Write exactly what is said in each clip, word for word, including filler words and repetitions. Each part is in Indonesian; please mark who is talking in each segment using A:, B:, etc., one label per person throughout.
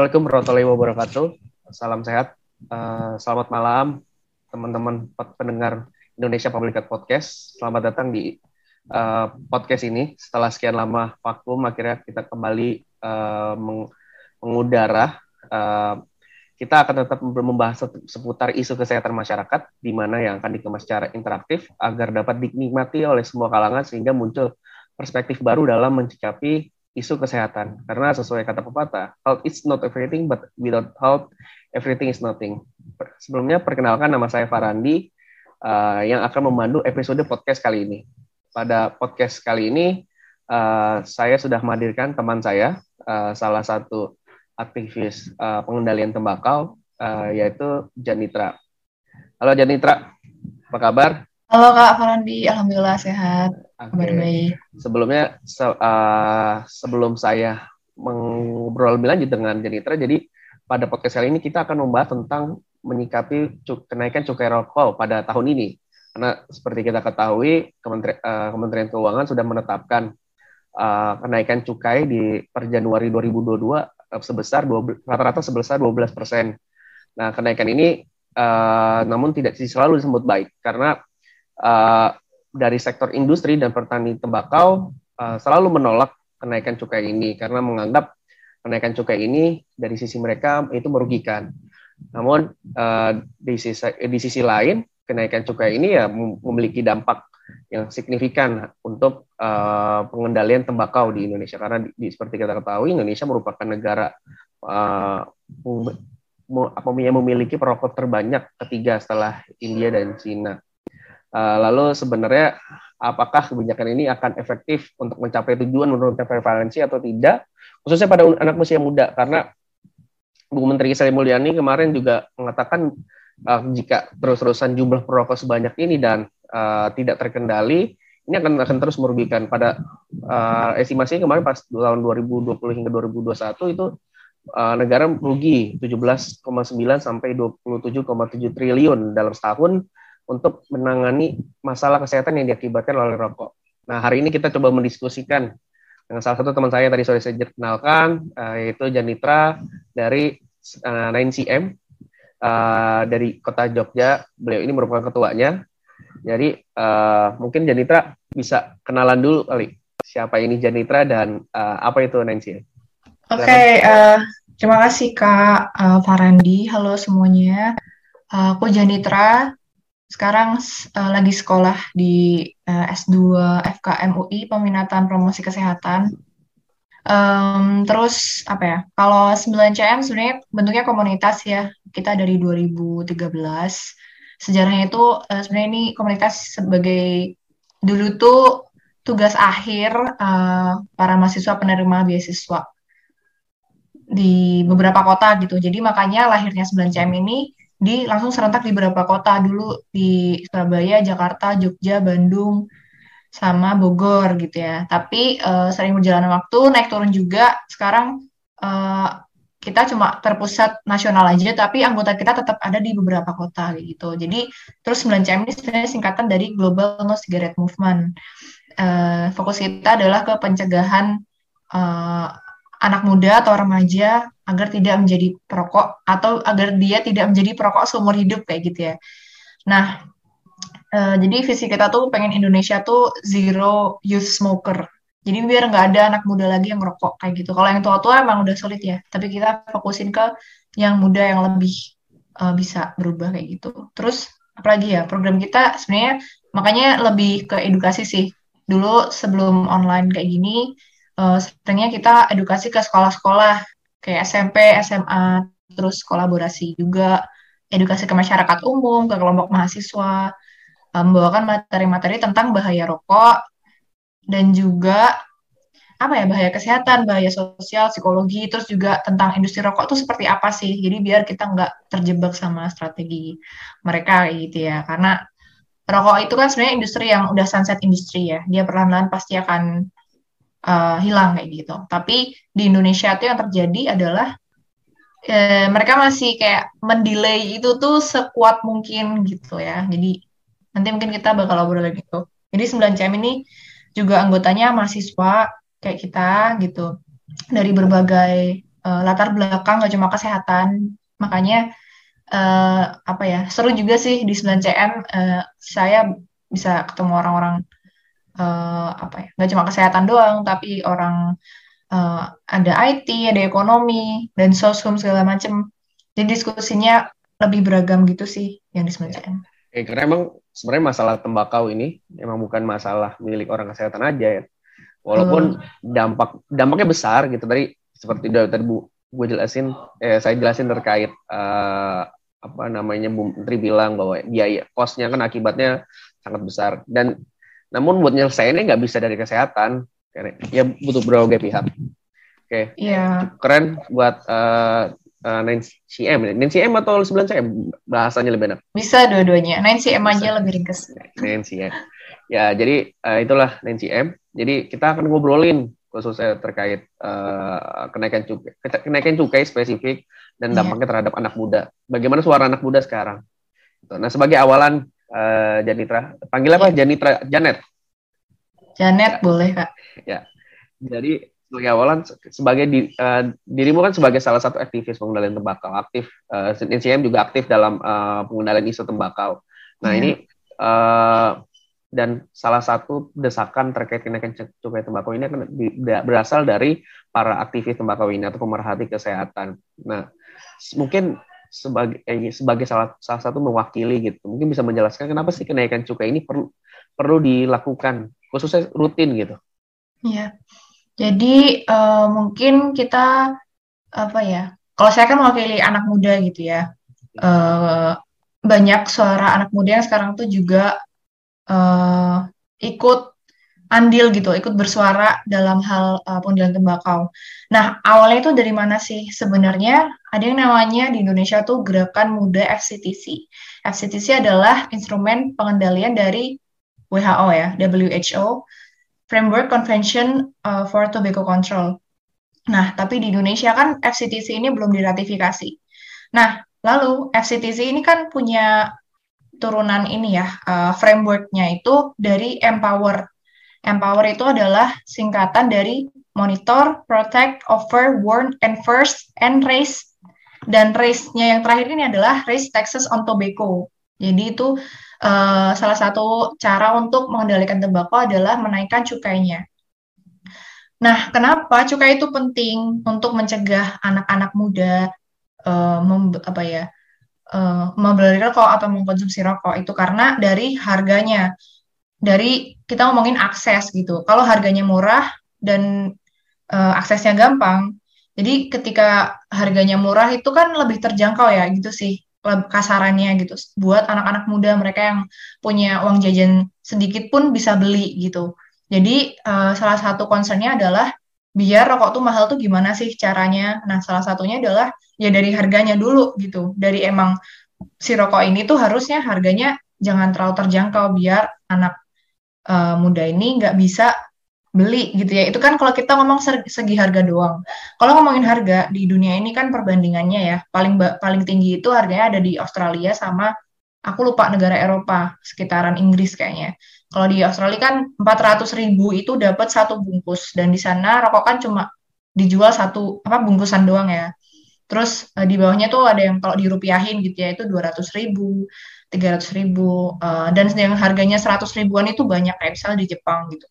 A: Assalamualaikum warahmatullahi wabarakatuh. Salam sehat. Uh, selamat malam teman-teman pendengar Indonesia Public Health Podcast. Selamat datang di uh, podcast ini. Setelah sekian lama vakum, akhirnya kita kembali uh, meng- mengudara. Uh, kita akan tetap membahas seputar isu kesehatan masyarakat, di mana yang akan dikemas secara interaktif agar dapat dinikmati oleh semua kalangan sehingga muncul perspektif baru dalam mencikapi isu kesehatan. Karena sesuai kata pepatah, health is not everything, but without health, everything is nothing. Sebelumnya, perkenalkan nama saya Farandi, uh, yang akan memandu episode podcast kali ini. Pada podcast kali ini, uh, saya sudah menghadirkan teman saya, uh, salah satu aktivis uh, pengendalian tembakau, uh, yaitu Janitra. Halo Janitra, apa kabar?
B: Halo Kak Farandi, Alhamdulillah sehat. Kabar
A: Oke.
B: baik.
A: Sebelumnya se- uh, sebelum saya mengobrol lebih lanjut dengan Janitra, jadi pada podcast kali ini kita akan membahas tentang menyikapi cu- kenaikan cukai rokok pada tahun ini. Karena seperti kita ketahui, Kementeri- uh, Kementerian Keuangan sudah menetapkan uh, kenaikan cukai di per Januari dua ribu dua puluh dua uh, sebesar dua belas, rata-rata sebesar dua belas persen. Nah, kenaikan ini uh, namun tidak selalu disebut baik karena uh, dari sektor industri dan petani tembakau uh, selalu menolak kenaikan cukai ini karena menganggap kenaikan cukai ini dari sisi mereka itu merugikan. Namun uh, di sisi di sisi lain kenaikan cukai ini ya memiliki dampak yang signifikan untuk uh, pengendalian tembakau di Indonesia karena di, di, seperti kita ketahui Indonesia merupakan negara uh, yang memiliki perokok terbanyak ketiga setelah India dan Cina. Uh, lalu sebenarnya apakah kebijakan ini akan efektif untuk mencapai tujuan menurunkan prevalensi atau tidak, khususnya pada anak usia muda, karena Bu Menteri Sri Mulyani kemarin juga mengatakan uh, jika terus-terusan jumlah perokok sebanyak ini dan uh, tidak terkendali, ini akan akan terus merugikan. Pada uh, estimasi kemarin pas tahun dua ribu dua puluh hingga dua ribu dua puluh satu itu uh, negara merugi tujuh belas koma sembilan sampai dua puluh tujuh koma tujuh triliun dalam setahun untuk menangani masalah kesehatan yang diakibatkan oleh rokok. Nah, hari ini kita coba mendiskusikan dengan salah satu teman saya tadi sore saya kenalkan, uh, yaitu Janitra dari uh, nine C M uh, dari Kota Jogja. Beliau ini merupakan ketuanya. Jadi uh, mungkin Janitra bisa kenalan dulu kali. Siapa ini Janitra dan uh, apa itu nine C M?
B: Oke, okay, uh, terima kasih Kak uh, Farandi. Halo semuanya. Uh, aku Janitra. Sekarang uh, lagi sekolah di uh, S dua F K M U I, Peminatan Promosi Kesehatan. Um, terus, apa ya, kalau sembilan C M sebenarnya bentuknya komunitas ya. Kita dari dua ribu tiga belas. Sejarahnya itu uh, sebenarnya ini komunitas sebagai, dulu tuh tugas akhir uh, para mahasiswa penerima beasiswa di beberapa kota gitu. Jadi makanya lahirnya sembilan C M ini di langsung serentak di beberapa kota dulu, di Surabaya, Jakarta, Jogja, Bandung, sama Bogor gitu ya. Tapi uh, sering berjalannya waktu naik turun juga. Sekarang uh, kita cuma terpusat nasional aja, tapi anggota kita tetap ada di beberapa kota gitu. Jadi terus sembilan C M ini sebenarnya singkatan dari Global No Cigarette Movement. Uh, fokus kita adalah ke pencegahan uh, anak muda atau remaja agar tidak menjadi perokok atau agar dia tidak menjadi perokok seumur hidup kayak gitu ya. Nah, uh, jadi visi kita tuh pengen Indonesia tuh zero youth smoker. Jadi biar nggak ada anak muda lagi yang ngerokok kayak gitu. Kalau yang tua-tua emang udah sulit ya. Tapi kita fokusin ke yang muda yang lebih uh, bisa berubah kayak gitu. Terus apalagi ya program kita sebenarnya makanya lebih ke edukasi sih. Dulu sebelum online kayak gini, uh, sebenarnya kita edukasi ke sekolah-sekolah kayak S M P, S M A, terus kolaborasi juga, edukasi ke masyarakat umum, ke kelompok mahasiswa, uh, membawakan materi-materi tentang bahaya rokok, dan juga apa ya, bahaya kesehatan, bahaya sosial, psikologi, terus juga tentang industri rokok itu seperti apa sih. Jadi biar kita nggak terjebak sama strategi mereka gitu ya. Karena rokok itu kan sebenarnya industri yang udah sunset industri ya. Dia perlahan-lahan pasti akan uh, hilang kayak gitu. Tapi di Indonesia tuh yang terjadi adalah eh, mereka masih kayak mendelay itu tuh sekuat mungkin gitu ya. Jadi nanti mungkin kita bakal ngobrol lagi gitu. Jadi sembilan C M ini juga anggotanya mahasiswa kayak kita gitu, dari berbagai uh, latar belakang, nggak cuma kesehatan. Makanya uh, apa ya, seru juga sih di sembilan C M. Uh, saya bisa ketemu orang-orang uh, apa ya, nggak cuma kesehatan doang, tapi orang uh, ada I T, ada ekonomi, dan soshum segala macem. Jadi diskusinya lebih beragam gitu sih yang di sembilan C M.
A: Eh, karena emang sebenarnya masalah tembakau ini emang bukan masalah milik orang kesehatan aja ya. Walaupun
B: Betul.
A: dampak dampaknya besar gitu tadi seperti dari tadi Bu gue jelasin, eh, saya jelasin terkait eh, apa namanya Bu Menteri bilang bahwa biaya kosnya kan akibatnya sangat besar dan namun buat nyelesainnya nggak bisa dari kesehatan, ya butuh berbagai pihak. Oke,
B: Iya,
A: keren buat uh, uh, sembilan C M, sembilan C M atau sembilan C M bahasanya lebih enak.
B: bisa dua-duanya. sembilan C M aja
A: Bisa.
B: lebih ringkas.
A: sembilan C M. Ya, jadi uh, itulah sembilan C M. Jadi kita akan ngobrolin khususnya terkait uh, kenaikan cukai, kenaikan cukai spesifik dan
B: Iya,
A: dampaknya terhadap anak muda. Bagaimana suara anak muda sekarang? Nah, sebagai awalan uh, Janitra, panggil apa?
B: iya.
A: Janitra, Janet.
B: Janet
A: Ya,
B: boleh, Kak.
A: ya. Jadi sebagai awalan sebagai di, uh, dirimu kan sebagai salah satu aktivis pengendalian tembakau, aktif uh, N C M juga aktif dalam uh, pengendalian isu tembakau. Nah,
B: Iya,
A: ini uh, dan salah satu desakan terkait kenaikan cukai tembakau ini akan berasal dari para aktivis tembakau ini atau pemerhati kesehatan. Nah, mungkin sebagai eh, sebagai salah, salah satu mewakili gitu, mungkin bisa menjelaskan kenapa sih kenaikan cukai ini perlu perlu dilakukan, khususnya rutin gitu.
B: iya. Jadi eh, mungkin kita apa ya? Kalau saya kan mewakili anak muda gitu ya. Eh, Banyak suara anak muda yang sekarang tuh juga eh, ikut andil gitu, ikut bersuara dalam hal uh, pengendalian tembakau. Nah, awalnya itu dari mana sih? Sebenarnya ada yang namanya di Indonesia tuh Gerakan Muda F C T C. F C T C adalah instrumen pengendalian dari W H O ya, W H O, Framework Convention uh, for Tobacco Control. Nah, tapi di Indonesia kan F C T C ini belum diratifikasi. Nah, lalu F C T C ini kan punya turunan ini ya, uh, framework-nya itu dari Empower. Empower itu adalah singkatan dari monitor, protect, offer, warn, enforce, and raise. Dan raise-nya yang terakhir ini adalah raise taxes on tobacco. Jadi itu uh, salah satu cara untuk mengendalikan tembakau adalah menaikkan cukainya. Nah, kenapa cukai itu penting untuk mencegah anak-anak muda uh, mem- apa ya, uh, membeli rokok atau mengkonsumsi rokok itu karena dari harganya, dari kita ngomongin akses gitu. Kalau harganya murah dan uh, aksesnya gampang, jadi ketika harganya murah itu kan lebih terjangkau ya gitu sih kasarannya gitu. Buat anak-anak muda mereka yang punya uang jajan sedikit pun bisa beli gitu. Jadi uh, salah satu concernnya adalah biar rokok tuh mahal tuh gimana sih caranya. Nah, salah satunya adalah ya dari harganya dulu gitu. Dari emang si rokok ini tuh harusnya harganya jangan terlalu terjangkau biar anak uh, muda ini nggak bisa beli gitu ya. Itu kan kalau kita ngomong segi harga doang. Kalau ngomongin harga di dunia ini kan perbandingannya ya, paling paling tinggi itu harganya ada di Australia sama aku lupa negara Eropa, sekitaran Inggris kayaknya. Kalau di Australia kan empat ratus ribu itu dapat satu bungkus dan di sana rokok kan cuma dijual satu apa bungkusan doang ya. Terus uh, di bawahnya tuh ada yang kalau dirupiahin gitu ya itu dua ratus ribu, tiga ratus ribu, uh, dan yang harganya seratus ribuan itu banyak kayak misalnya di Jepang gitu.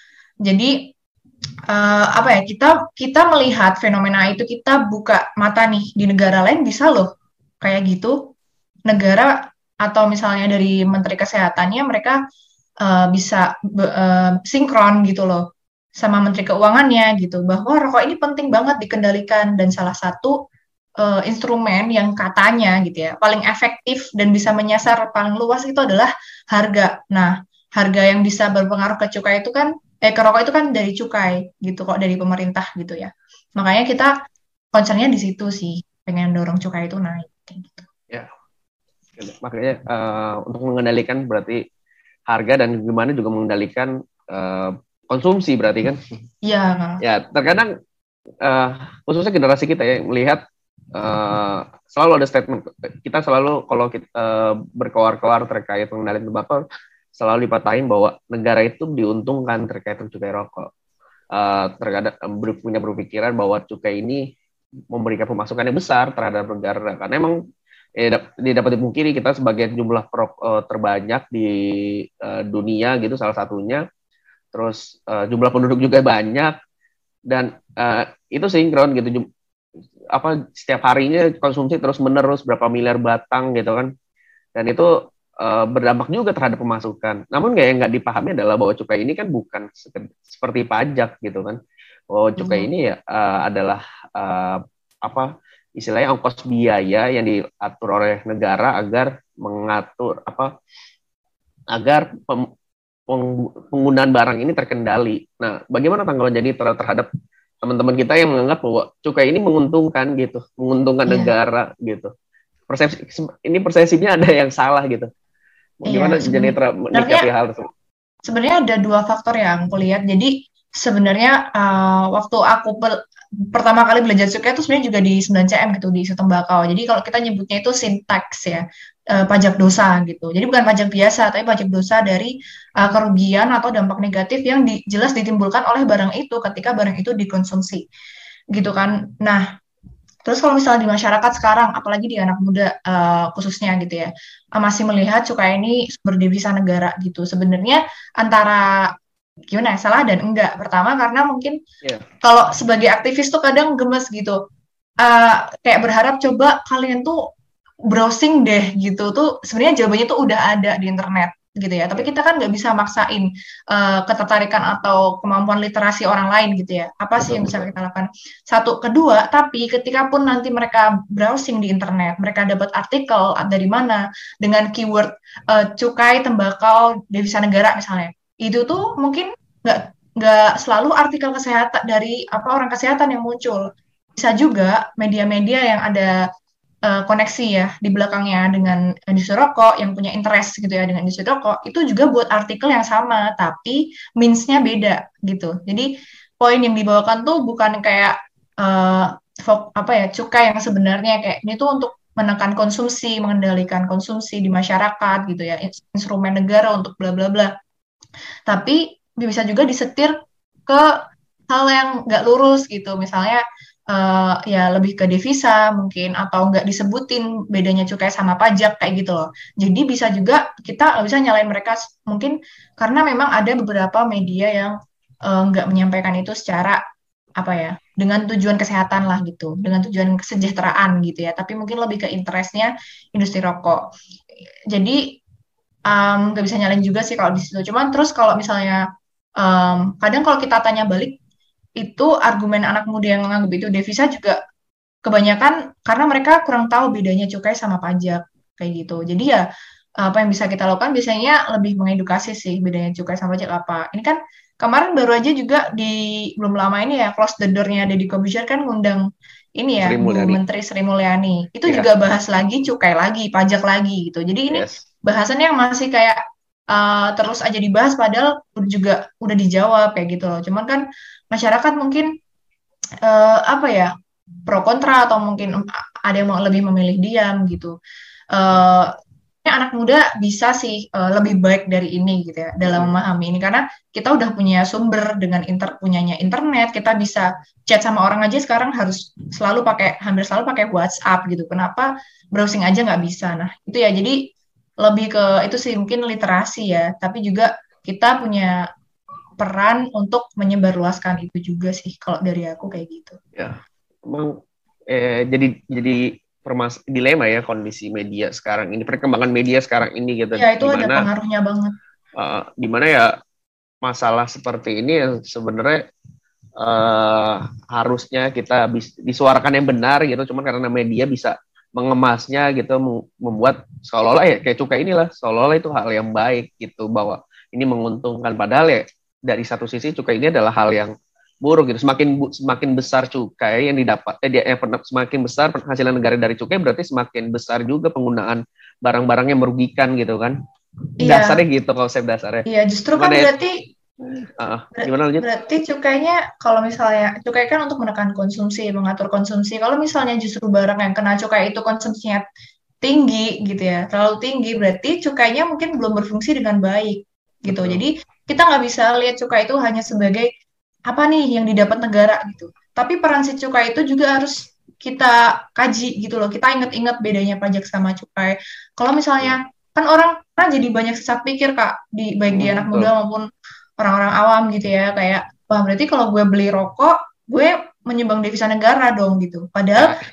B: Jadi uh, apa ya kita kita melihat fenomena itu kita buka mata nih di negara lain bisa loh kayak gitu negara atau misalnya dari Menteri Kesehatannya mereka uh, bisa uh, sinkron gitu loh sama Menteri Keuangannya gitu bahwa rokok ini penting banget dikendalikan dan salah satu uh, instrumen yang katanya gitu ya paling efektif dan bisa menyasar paling luas itu adalah harga. Nah, harga yang bisa berpengaruh ke cukai itu kan eh ke rokok itu kan dari cukai gitu kok dari pemerintah gitu ya. Makanya kita concernnya di situ sih pengen dorong cukai itu naik kayak gitu.
A: Ya, makanya uh, untuk mengendalikan berarti harga dan gimana juga mengendalikan uh, konsumsi berarti kan.
B: Iya.
A: Ya, terkadang uh, khususnya generasi kita ya melihat uh, selalu ada statement kita selalu kalau kita uh, berkoar-koar terkait pengendalian tembakau selalu dipatahin bahwa negara itu diuntungkan terkait cukai rokok. Uh, terkadang uh, punya berpikiran bahwa cukai ini memberikan pemasukan yang besar terhadap negara. Karena emang eh, tidak dapat dipungkiri kita sebagai jumlah pro, uh, terbanyak di uh, dunia gitu salah satunya. Terus uh, jumlah penduduk juga banyak dan uh, itu sinkron gitu. Jum, apa setiap harinya konsumsi terus menerus berapa miliar batang gitu kan. Dan itu uh, berdampak juga terhadap pemasukan. Namun nggak yang nggak dipahami adalah bahwa cukai ini kan bukan seperti pajak gitu kan. Oh, cukai hmm. ini ya uh, adalah uh, apa istilahnya ongkos biaya yang diatur oleh negara agar mengatur apa agar pem, penggunaan barang ini terkendali. Nah, bagaimana tanggapan jadi terhadap teman-teman kita yang menganggap bahwa cukai ini menguntungkan gitu, menguntungkan yeah. negara gitu. Persepsi ini persepsinya ada yang salah gitu. Bagaimana yeah, jadi menyikapi hal tersebut?
B: Sebenarnya ada dua faktor yang aku lihat. Jadi sebenarnya uh, waktu aku pel- pertama kali belajar cukai itu sebenarnya juga di sembilan C M gitu, di isu tembakau. Jadi kalau kita nyebutnya itu sin tax ya, uh, pajak dosa gitu. Jadi bukan pajak biasa, tapi pajak dosa dari uh, kerugian atau dampak negatif yang di, jelas ditimbulkan oleh barang itu ketika barang itu dikonsumsi, gitu kan. Nah, terus kalau misalnya di masyarakat sekarang, apalagi di anak muda uh, khususnya gitu ya, uh, masih melihat cukai ini sumber devisa negara gitu. Sebenarnya antara gimana ya, salah dan enggak. Pertama karena mungkin yeah. kalau sebagai aktivis tuh kadang gemes gitu, uh, kayak berharap coba kalian tuh browsing deh gitu. Tuh sebenarnya jawabannya tuh udah ada di internet gitu ya. Tapi kita kan nggak bisa maksain uh, ketertarikan atau kemampuan literasi orang lain gitu ya. Apa betul, sih yang bisa betul. kita lakukan? Satu, kedua, tapi ketika pun nanti mereka browsing di internet, mereka dapat artikel dari mana dengan keyword uh, cukai, tembakau, devisa negara misalnya. Itu tuh mungkin nggak nggak selalu artikel kesehatan dari apa orang kesehatan yang muncul. Bisa juga media-media yang ada uh, koneksi ya di belakangnya dengan industri rokok yang punya interest gitu ya dengan industri rokok, itu juga buat artikel yang sama tapi means-nya beda gitu. Jadi poin yang dibawakan tuh bukan kayak uh, fok, apa ya cukai yang sebenarnya kayak ini tuh untuk menekan konsumsi, mengendalikan konsumsi di masyarakat gitu ya, instrumen negara untuk bla bla bla. Tapi bisa juga disetir ke hal yang nggak lurus gitu, misalnya uh, ya lebih ke devisa mungkin, atau nggak disebutin bedanya cukai sama pajak kayak gitu loh. Jadi bisa juga kita nggak bisa nyalain mereka mungkin karena memang ada beberapa media yang uh, nggak menyampaikan itu secara apa ya, dengan tujuan kesehatan lah gitu, dengan tujuan kesejahteraan gitu ya, tapi mungkin lebih ke interestnya industri rokok. Jadi Um, gak bisa nyalain juga sih kalau di situ. Cuman terus kalau misalnya um, kadang kalau kita tanya balik, itu argumen anak muda yang menganggap itu devisa juga kebanyakan karena mereka kurang tahu bedanya cukai sama pajak kayak gitu. Jadi ya apa yang bisa kita lakukan biasanya lebih mengedukasi sih bedanya cukai sama pajak apa. Ini kan kemarin baru aja juga di belum lama ini ya close the door-nya Deddy Corbuzier kan ngundang ini ya Bu Menteri Sri Mulyani. Itu yeah. juga bahas lagi cukai lagi, pajak lagi gitu. Jadi ini yes. bahasannya yang masih kayak uh, terus aja dibahas padahal juga udah dijawab kayak gitu loh. Cuman kan masyarakat mungkin uh, apa ya pro kontra atau mungkin ada yang mau lebih memilih diam gitu. Uh, anak muda bisa sih uh, lebih baik dari ini gitu ya dalam memahami ini karena kita udah punya sumber dengan inter punyanya internet, kita bisa chat sama orang aja sekarang harus selalu pakai hampir selalu pakai WhatsApp gitu. Kenapa browsing aja nggak bisa? Nah itu ya jadi lebih ke itu sih mungkin literasi ya, tapi juga kita punya peran untuk menyebarluaskan itu juga sih kalau dari aku kayak gitu.
A: Ya, emang eh, jadi jadi permas dilema ya kondisi media sekarang ini, perkembangan media sekarang ini gitu.
B: Ya itu dimana, ada pengaruhnya banget.
A: Uh, dimana ya masalah seperti ini yang sebenarnya uh, harusnya kita bis, disuarakan yang benar gitu, cuman karena media bisa mengemasnya gitu, membuat seolah-olah ya kayak cukai inilah seolah-olah itu hal yang baik gitu, bahwa ini menguntungkan, padahal ya dari satu sisi cukai ini adalah hal yang buruk gitu. Semakin semakin besar cukai yang didapat, eh, dia, eh, semakin besar penghasilan negara dari cukai, berarti semakin besar juga penggunaan barang-barang yang merugikan gitu kan. Iya. Dasarnya gitu konsep dasarnya.
B: Iya, justru gimana kan berarti
A: uh, gimana lanjut?
B: Berarti cukainya kalau misalnya cukai kan untuk menekan konsumsi, mengatur konsumsi. Kalau misalnya justru barang yang kena cukai itu konsumsinya tinggi gitu ya, terlalu tinggi, berarti cukainya mungkin belum berfungsi dengan baik gitu. Betul. Jadi kita nggak bisa lihat cukai itu hanya sebagai apa nih yang didapat negara gitu. Tapi peran si cukai itu juga harus kita kaji gitu loh, kita inget-inget bedanya pajak sama cukai. Kalau misalnya kan orang kan jadi banyak sesat pikir Kak, di baik di
A: Hmm,
B: anak
A: betul.
B: muda maupun orang-orang awam gitu ya, kayak wah berarti kalau gue beli rokok, gue menyumbang devisa negara dong gitu. Padahal
A: Ya,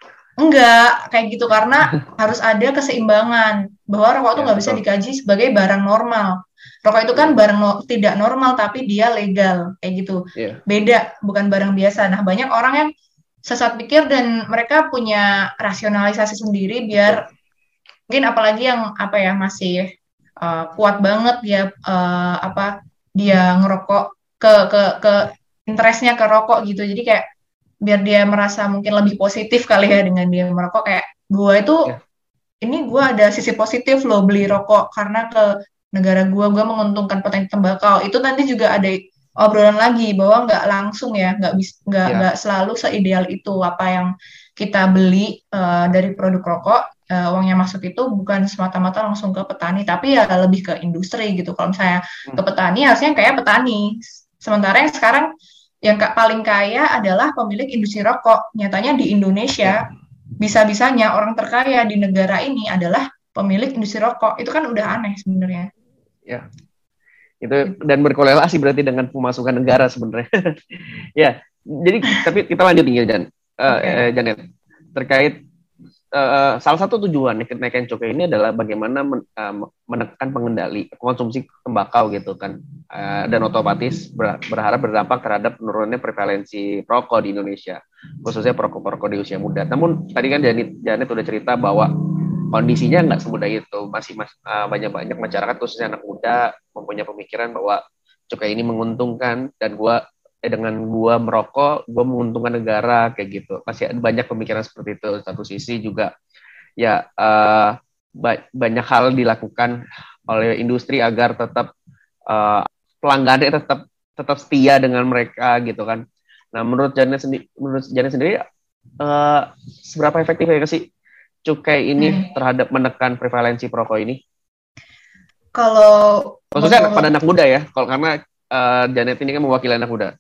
B: enggak kayak gitu karena harus ada keseimbangan bahwa rokok itu
A: ya
B: nggak bisa
A: betul.
B: dikaji sebagai barang normal. Rokok itu kan
A: Hmm,
B: barang no- tidak normal tapi dia legal kayak gitu.
A: ya,
B: Beda, bukan barang biasa. Nah, banyak orang yang sesat pikir dan mereka punya rasionalisasi sendiri
A: betul.
B: biar mungkin apalagi yang apa ya masih uh, kuat banget dia uh, apa dia ngerokok ke ke ke interestnya ke rokok gitu. Jadi kayak biar dia merasa mungkin lebih positif kali ya dengan dia merokok kayak gue itu
A: Ya,
B: ini gue ada sisi positif loh beli rokok karena ke negara gue gue menguntungkan petani tembakau itu nanti juga ada obrolan lagi bahwa nggak langsung ya nggak bisa nggak nggak
A: ya,
B: selalu seideal itu apa yang kita beli uh, dari produk rokok uh, uangnya masuk itu bukan semata-mata langsung ke petani tapi ya lebih ke industri gitu kalau misalnya ke
A: hmm,
B: petani harusnya kayak petani sementara yang sekarang yang paling kaya adalah pemilik industri rokok nyatanya di
A: ya,
B: Indonesia bisa-bisanya orang terkaya di negara ini adalah pemilik industri rokok. Itu kan udah aneh sebenarnya.
A: ya. Itu dan berkorelasi berarti dengan pemasukan negara sebenarnya. Ya, jadi tapi kita lanjut nih Jan, uh,
B: Oke.
A: eh, Janet terkait uh, salah satu tujuan kenaikan cukai ini adalah bagaimana men, uh, menekan pengendali konsumsi tembakau gitu kan, uh, dan otomatis ber, berharap berdampak terhadap penurunannya prevalensi perokok di Indonesia, khususnya perokok-perokok di usia muda. Namun tadi kan Janet, Janet udah cerita bahwa kondisinya nggak semudah itu, masih mas, uh, banyak-banyak masyarakat khususnya anak muda mempunyai pemikiran bahwa cukai ini menguntungkan dan gua eh, dengan gua merokok gua menguntungkan negara kayak gitu, masih ada banyak pemikiran seperti itu. Satu sisi juga ya uh, ba- banyak hal dilakukan oleh industri agar tetap uh, pelanggannya tetap tetap setia dengan mereka gitu kan. Nah menurut Janet sendiri menurut Janet sendiri uh, seberapa efektif ya sih cukai ini
B: Hmm.
A: terhadap menekan prevalensi perokok ini?
B: Kalau
A: Khususnya
B: menurut
A: pada anak muda ya, kalau karena uh, Janet ini kan mewakili anak muda.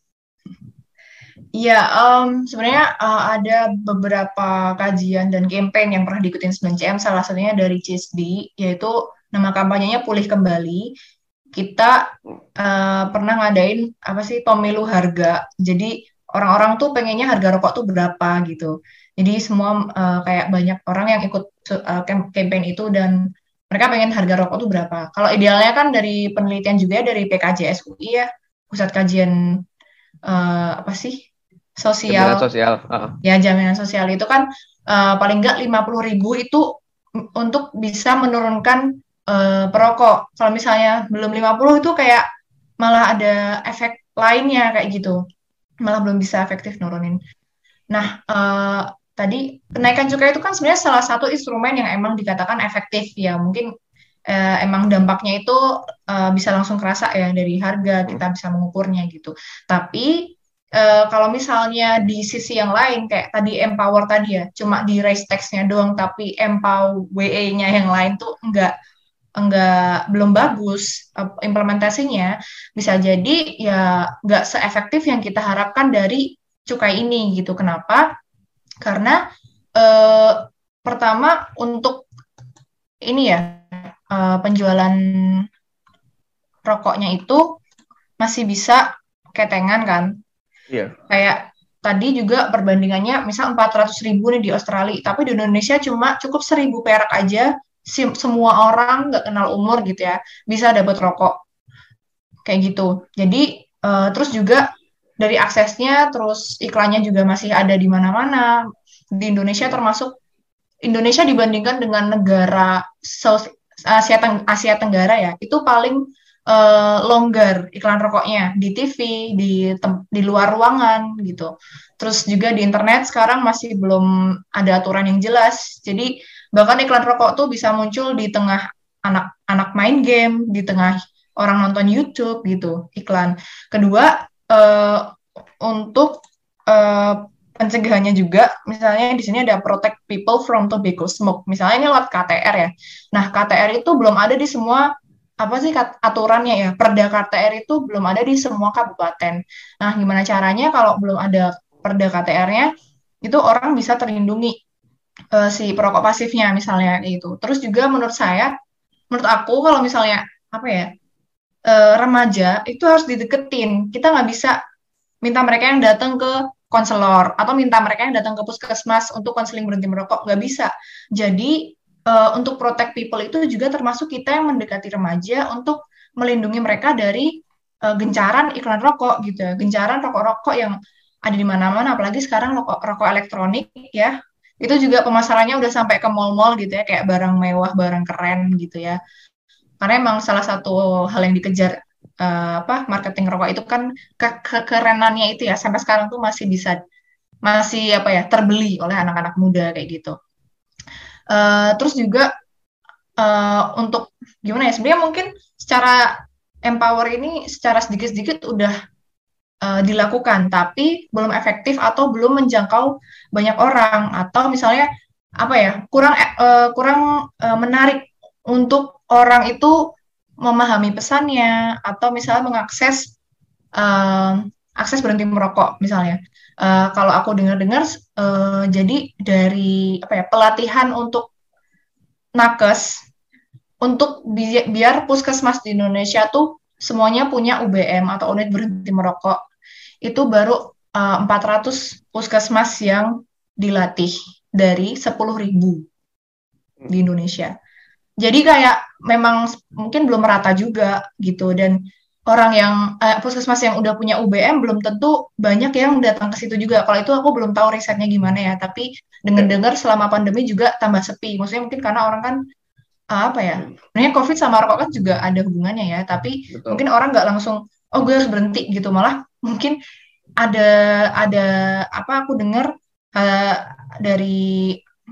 B: ya em, sebenarnya eh, ada beberapa kajian dan campaign yang pernah diikutin sembilan C M salah satunya dari C I S D yaitu nama kampanyenya Pulih Kembali. Kita eh, pernah ngadain apa sih pemilu harga. Jadi orang-orang tuh pengennya harga rokok tuh berapa gitu. Jadi semua eh, kayak banyak orang yang ikut eh, campaign itu dan mereka pengen harga rokok tuh berapa. Kalau idealnya kan dari penelitian juga ya, dari P K J S U I ya, Pusat Kajian eh, apa sih
A: Jaminan
B: sosial
A: sosial. Uh,
B: ya jaminan sosial itu kan eh, paling nggak lima puluh ribu itu untuk bisa menurunkan eh, perokok. Kalau misalnya belum lima puluh itu kayak malah ada efek lainnya kayak gitu. Malah belum bisa efektif nurunin. Nah, eh, tadi kenaikan cukai itu kan sebenarnya salah satu instrumen yang emang dikatakan efektif ya. Mungkin eh, emang dampaknya itu eh, bisa langsung kerasa ya dari harga kita bisa mengukurnya gitu. Tapi eh, kalau misalnya di sisi yang lain kayak tadi empower tadi ya, cuma di raise tax-nya doang tapi empower W E-nya yang lain tuh enggak enggak belum bagus eh, implementasinya bisa jadi ya enggak seefektif yang kita harapkan dari cukai ini gitu. Kenapa? Karena eh, pertama untuk ini ya eh, penjualan rokoknya itu masih bisa ketengan kan.
A: iya.
B: Kayak tadi juga perbandingannya misal empat ratus ribu nih di Australia, tapi di Indonesia cuma cukup seribu perak aja si- semua orang nggak kenal umur gitu ya bisa dapat rokok kayak gitu. Jadi eh, terus juga dari aksesnya terus iklannya juga masih ada di mana-mana di Indonesia
A: Hmm.
B: termasuk Indonesia dibandingkan dengan negara South Asia, Teng- Asia Tenggara ya, itu paling eh, longgar iklan rokoknya di T V, di tem- di luar ruangan gitu. Terus juga di internet sekarang masih belum ada aturan yang jelas. Jadi bahkan iklan rokok tuh bisa muncul di tengah anak-anak main game, di tengah orang nonton YouTube gitu, iklan. Kedua, eh, untuk eh, pencegahannya juga, misalnya di sini ada protect people from tobacco smoke. Misalnya ini lewat K T R ya. Nah, K T R itu belum ada di semua apa sih kat- aturannya ya. Perda K T R itu belum ada di semua kabupaten. Nah, gimana caranya kalau belum ada perda K T R-nya? itu orang bisa terlindungi uh, si perokok pasifnya misalnya kayak gitu. Terus juga menurut saya, menurut aku kalau misalnya apa ya uh, remaja itu harus dideketin. Kita nggak bisa minta mereka yang datang ke konselor atau minta mereka yang datang ke puskesmas untuk konseling berhenti merokok, nggak bisa. Jadi uh, untuk protect people itu juga termasuk kita yang mendekati remaja untuk melindungi mereka dari uh, gencaran iklan rokok gitu ya, gencaran rokok-rokok yang ada di mana-mana, apalagi sekarang rokok, rokok elektronik ya, itu juga pemasarannya udah sampai ke mall-mall gitu ya, kayak barang mewah, barang keren gitu ya. Karena emang salah satu hal yang dikejar uh, apa marketing rokok itu kan ke- kekerenannya itu ya, sampai sekarang tuh masih bisa masih apa ya terbeli oleh anak-anak muda kayak gitu. Uh, terus juga uh, untuk gimana ya sebenarnya mungkin secara empower ini secara sedikit-sedikit udah uh, dilakukan tapi belum efektif atau belum menjangkau banyak orang atau misalnya apa ya kurang uh, kurang uh, menarik untuk orang itu memahami pesannya atau misalnya mengakses uh, akses berhenti merokok misalnya. Uh, kalau aku dengar-dengar, uh, jadi dari apa ya pelatihan untuk nakes untuk bi biar puskesmas di Indonesia tuh semuanya punya U B M atau unit berhenti merokok itu baru uh, empat ratus puskesmas yang dilatih dari sepuluh ribu di Indonesia. Jadi kayak memang mungkin belum merata juga gitu dan orang yang eh, puskesmas yang udah punya U B M belum tentu banyak yang datang ke situ juga. Kalau itu aku belum tahu risetnya gimana ya, tapi dengar-dengar selama pandemi juga tambah sepi. Maksudnya mungkin karena orang kan eh, apa ya? Sebenarnya COVID sama rokok kan juga ada hubungannya ya, tapi
A: Betul.
B: mungkin orang nggak langsung oh gue harus berhenti gitu. Malah mungkin ada ada apa aku dengar uh, dari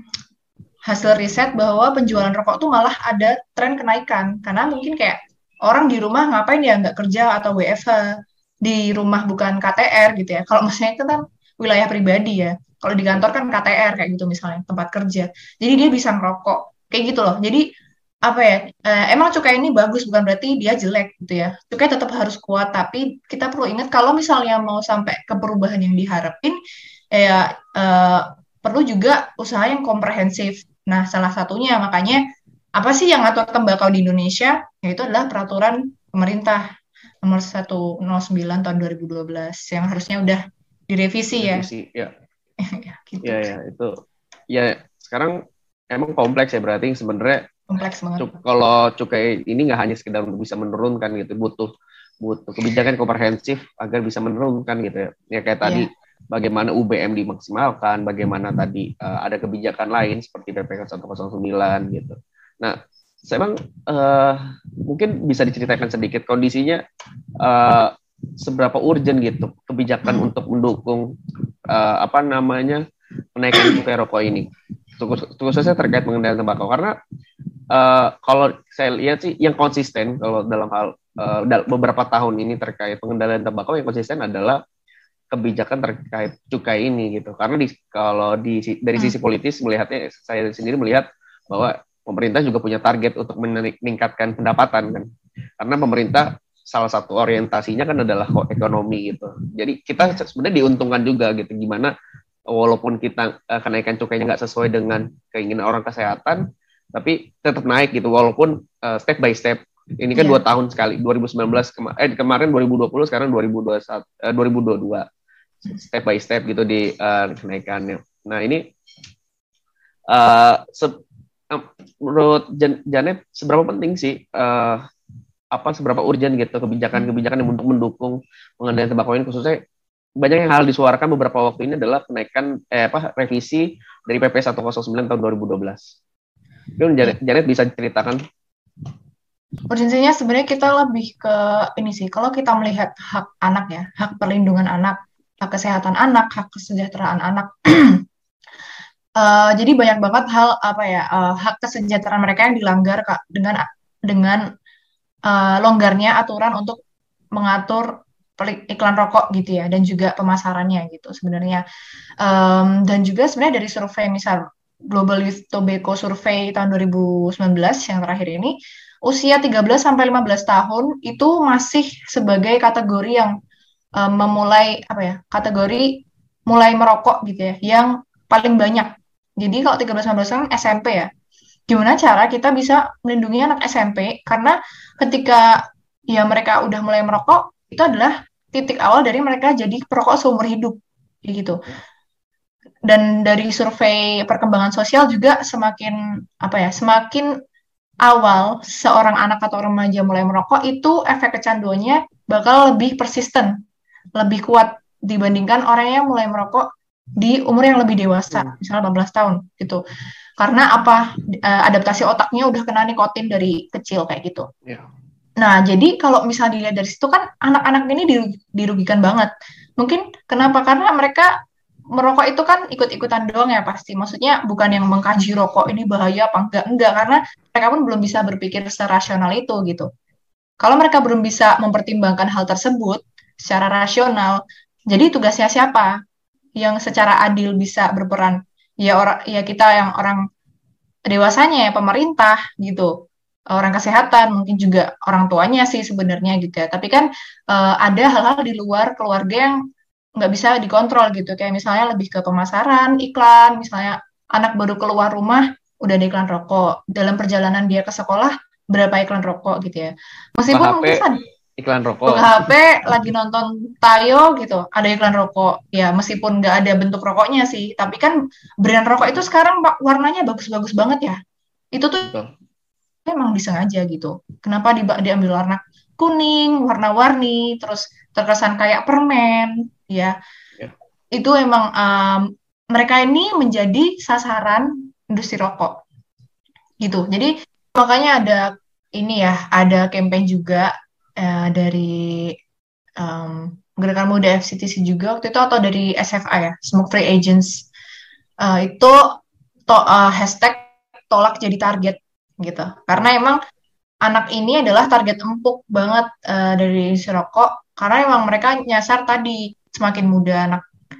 B: hasil riset bahwa penjualan rokok tuh malah ada tren kenaikan karena mungkin kayak orang di rumah ngapain ya nggak kerja atau W F H di rumah bukan K T R gitu ya. Kalau misalnya itu kan wilayah pribadi ya. Kalau di kantor kan K T R kayak gitu misalnya tempat kerja. Jadi dia bisa ngerokok kayak gitu loh. Jadi apa ya? Eh, emang cukai ini bagus bukan berarti dia jelek gitu ya. Cukai tetap harus kuat tapi kita perlu ingat kalau misalnya mau sampai ke perubahan yang diharapin ya eh, perlu juga usaha yang komprehensif. Nah, salah satunya makanya apa sih yang ngatur tembakau di Indonesia? Yaitu adalah peraturan pemerintah nomor seratus sembilan tahun dua ribu dua belas yang harusnya udah direvisi ya.
A: Revisi, ya.
B: Ya, gitu.
A: Ya, ya, itu. Ya, sekarang emang kompleks ya berarti sebenarnya
B: Kompleks banget.
A: cuk- kalau cukai ini nggak hanya sekedar untuk bisa menurunkan gitu, butuh butuh kebijakan komprehensif agar bisa menurunkan gitu ya. Ya kayak tadi
B: Iya.
A: bagaimana U B M dimaksimalkan, bagaimana tadi uh, ada kebijakan lain seperti P P K seratus sembilan gitu. Nah, saya emang uh, mungkin bisa diceritakan sedikit kondisinya uh, seberapa urgent gitu kebijakan
B: Hmm.
A: untuk mendukung uh, apa namanya menaikkan cukai rokok ini. Khususnya terkait pengendalian tembakau karena uh, kalau saya lihat sih yang konsisten kalau dalam hal uh, beberapa tahun ini terkait pengendalian tembakau yang konsisten adalah kebijakan terkait cukai ini gitu karena di, kalau di dari sisi politis melihatnya saya sendiri melihat bahwa pemerintah juga punya target untuk meningkatkan pendapatan kan karena pemerintah salah satu orientasinya kan adalah ekonomi gitu jadi kita sebenarnya diuntungkan juga gitu gimana walaupun kita uh, kenaikan cukainya nggak sesuai dengan keinginan orang kesehatan tapi tetap naik gitu walaupun uh, step by step ini kan yeah. dua tahun sekali dua ribu sembilan belas kema- eh kemarin dua ribu dua puluh sekarang dua ribu dua puluh satu eh, dua ribu dua puluh dua step by step gitu di uh, kenaikannya. Nah ini uh, se- uh, menurut Jan- Janet seberapa penting sih uh, apa seberapa urgent gitu kebijakan-kebijakan yang untuk mendukung pengendalian tembakau ini khususnya banyak yang hal disuarakan beberapa waktu ini adalah kenaikan eh apa revisi dari P P seratus sembilan tahun dua ribu dua belas. Mungkin Janet, Janet bisa ceritakan.
B: Urgensinya sebenarnya kita lebih ke ini sih kalau kita melihat hak anak ya, hak perlindungan anak, hak kesehatan anak, hak kesejahteraan anak. uh, jadi banyak banget hal apa ya uh, hak kesejahteraan mereka yang dilanggar Kak dengan dengan uh, longgarnya aturan untuk mengatur iklan rokok gitu ya dan juga pemasarannya gitu sebenarnya um, dan juga sebenarnya dari survei misal Global Youth Tobacco Survey tahun dua ribu sembilan belas yang terakhir ini usia tiga belas sampai lima belas tahun itu masih sebagai kategori yang um, memulai apa ya kategori mulai merokok gitu ya, yang paling banyak. Jadi kalau tiga belas sampai enam belas tahun S M P ya. Gimana cara kita bisa melindungi anak S M P? Karena ketika ya mereka udah mulai merokok, itu adalah titik awal dari mereka jadi perokok seumur hidup, kayak gitu. Dan dari survei perkembangan sosial juga semakin apa ya, semakin awal seorang anak atau remaja mulai merokok itu efek kecanduannya bakal lebih persisten, lebih kuat dibandingkan orang yang mulai merokok di umur yang lebih dewasa, misalnya delapan belas tahun gitu. Karena apa? Adaptasi otaknya udah kena nikotin dari kecil kayak gitu.
A: Yeah.
B: Nah, jadi kalau misalnya dilihat dari situ kan anak-anak ini dirugikan banget. Mungkin kenapa? Karena mereka merokok itu kan ikut-ikutan doang ya pasti. Maksudnya bukan yang mengkaji rokok ini bahaya apa enggak. Enggak, karena mereka pun belum bisa berpikir secara rasional itu gitu. Kalau mereka belum bisa mempertimbangkan hal tersebut secara rasional, jadi tugasnya siapa yang secara adil bisa berperan? Ya orang, ya kita yang orang dewasanya ya, pemerintah gitu, orang kesehatan, mungkin juga orang tuanya sih sebenarnya gitu ya. Tapi kan uh, ada hal-hal di luar keluarga yang nggak bisa dikontrol gitu, kayak misalnya lebih ke pemasaran, iklan, misalnya anak baru keluar rumah udah ada iklan rokok, dalam perjalanan dia ke sekolah berapa iklan rokok gitu ya. Meskipun
A: H P,
B: mungkin sad-
A: iklan rokok.
B: buka H P lagi nonton Tayo gitu, ada iklan rokok. Ya meskipun nggak ada bentuk rokoknya sih, tapi kan brand rokok itu sekarang warnanya bagus-bagus banget ya. Itu tuh
A: Betul.
B: memang disengaja gitu. Kenapa di, diambil warna kuning, warna-warni, terus terkesan kayak permen, ya.
A: Yeah.
B: Itu emang um, mereka ini menjadi sasaran industri rokok, gitu. Jadi makanya ada ini ya, ada campaign juga uh, dari um, Gerakan Muda F C T C juga waktu itu, atau dari S F A ya, Smoke Free Agents. Uh, itu to, uh, hashtag tolak jadi target gitu. Karena emang anak ini adalah target empuk banget uh, dari industri rokok, karena emang mereka nyasar tadi semakin muda anak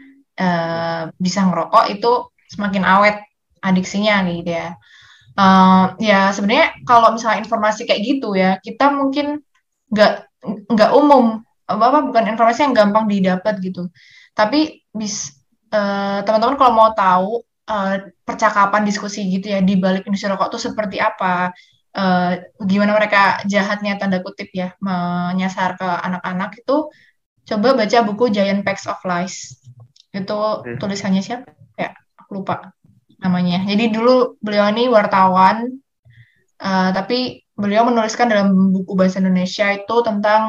B: uh, bisa ngerokok itu semakin awet adiksinya gitu ya. Uh, ya sebenarnya kalau misalnya informasi kayak gitu ya, kita mungkin nggak nggak umum, apa apa bukan informasi yang gampang didapat gitu. Tapi bis uh, teman-teman kalau mau tahu uh, percakapan diskusi gitu ya di balik industri rokok itu seperti apa, uh, gimana mereka jahatnya tanda kutip ya menyasar ke anak-anak, itu coba baca buku Giant Packs of Lies. Itu tulisannya siapa ya, aku lupa namanya. Jadi dulu beliau ini wartawan, uh, tapi beliau menuliskan dalam buku bahasa Indonesia itu tentang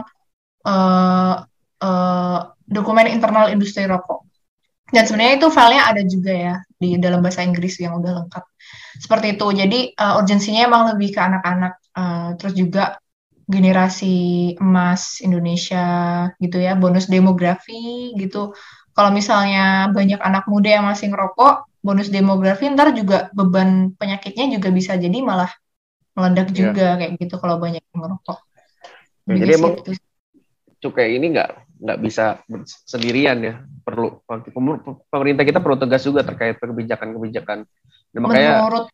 B: uh, uh, dokumen internal industri rokok. Dan sebenarnya itu filenya ada juga ya di dalam bahasa Inggris yang udah lengkap. Seperti itu. Jadi uh, urgensinya emang lebih ke anak-anak, uh, terus juga generasi emas Indonesia gitu ya, bonus demografi gitu. Kalau misalnya banyak anak muda yang masih ngerokok, bonus demografi ntar juga beban penyakitnya juga bisa jadi malah meledak
A: Yeah.
B: juga kayak gitu kalau banyak yang ngerokok.
A: Ya, jadi emang itu cukai ini nggak nggak bisa sendirian ya, perlu pemerintah kita perlu tegas juga terkait kebijakan-kebijakan. Nah, makanya
B: menurut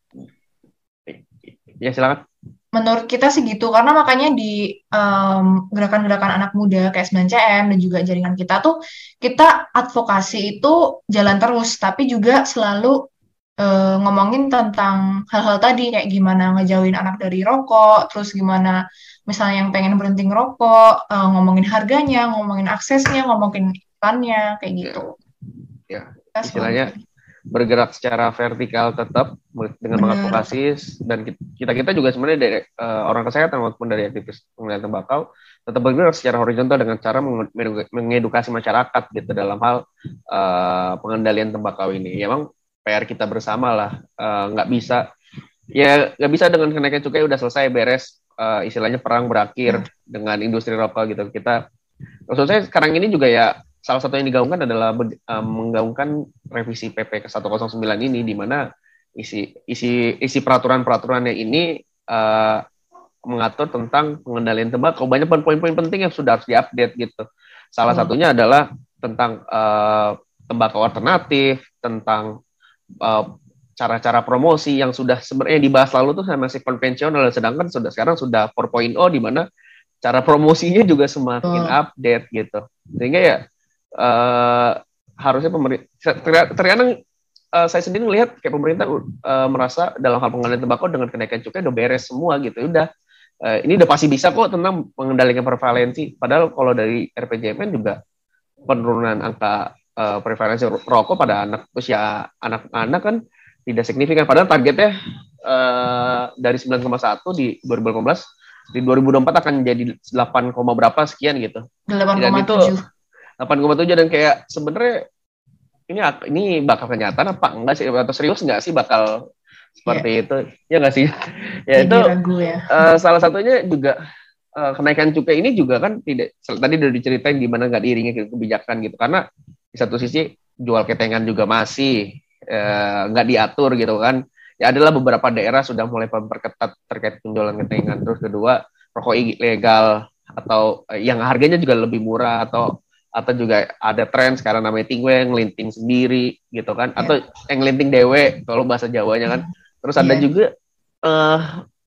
A: ya silakan.
B: Menurut kita sih gitu, karena makanya di um, gerakan-gerakan anak muda kayak sembilan C M dan juga jaringan kita tuh, kita advokasi itu jalan terus, tapi juga selalu uh, ngomongin tentang hal-hal tadi, kayak gimana ngejauhin anak dari rokok, terus gimana misalnya yang pengen berhenti ngerokok, uh, ngomongin harganya, ngomongin aksesnya, ngomongin iklannya, kayak gitu.
A: Ya, ya. Istilahnya bergerak secara vertikal tetap dengan mengadvokasi, dan kita kita juga sebenarnya dari uh, orang kesehatan maupun dari aktivis pengendalian tembakau tetap bergerak secara horizontal dengan cara mengedukasi masyarakat gitu dalam hal uh, pengendalian tembakau ini. Ya, emang P R kita bersama lah, nggak uh, bisa ya nggak bisa dengan kenaikan cukai udah selesai beres, uh, istilahnya perang berakhir hmm. dengan industri rokok gitu. Kita maksud saya sekarang ini juga ya, salah satu yang digaungkan adalah uh, menggaungkan revisi P P ke seratus sembilan ini, di mana isi isi isi peraturan-peraturannya ini uh, mengatur tentang pengendalian tembakau. Banyak poin-poin penting yang sudah harus diupdate gitu. Salah hmm. satunya adalah tentang uh, tembakau alternatif, tentang uh, cara-cara promosi yang sudah sebenarnya dibahas lalu tuh masih konvensional, sedangkan sudah sekarang sudah empat titik nol, di mana cara promosinya juga semakin hmm. update gitu. Sehingga ya Uh, harusnya pemerintah terkadang uh, saya sendiri melihat kayak pemerintah uh, merasa dalam hal pengendalian tembakau dengan kenaikan cukai udah beres semua gitu. Udah uh, ini udah pasti bisa kok tentang pengendalian prevalensi. Padahal kalau dari R P J M N juga penurunan angka uh, prevalensi rokok pada anak usia anak-anak kan tidak signifikan. Padahal targetnya uh, dari sembilan koma satu di dua ribu delapan belas di dua ribu dua puluh empat akan jadi delapan, berapa sekian gitu.
B: delapan koma tujuh
A: delapan koma tujuh dan kayak sebenarnya ini ini bakal kenyataan apa enggak sih atau serius enggak sih bakal seperti yeah. itu ya enggak sih ya
B: jadi
A: itu
B: ragu ya.
A: Uh, salah satunya juga uh, kenaikan cukai ini juga kan tidak tadi udah diceritain gimana nggak diiringi kebijakan gitu karena di satu sisi jual ketengan juga masih uh, nggak diatur gitu kan ya adalah beberapa daerah sudah mulai memperketat terkait penjualan ketengan terus kedua rokok ilegal atau uh, yang harganya juga lebih murah atau atau juga ada tren sekarang namanya tingwe ngelinting sendiri gitu kan atau yeah. yang ngelinting dewe kalau bahasa Jawanya kan terus ada yeah. juga uh,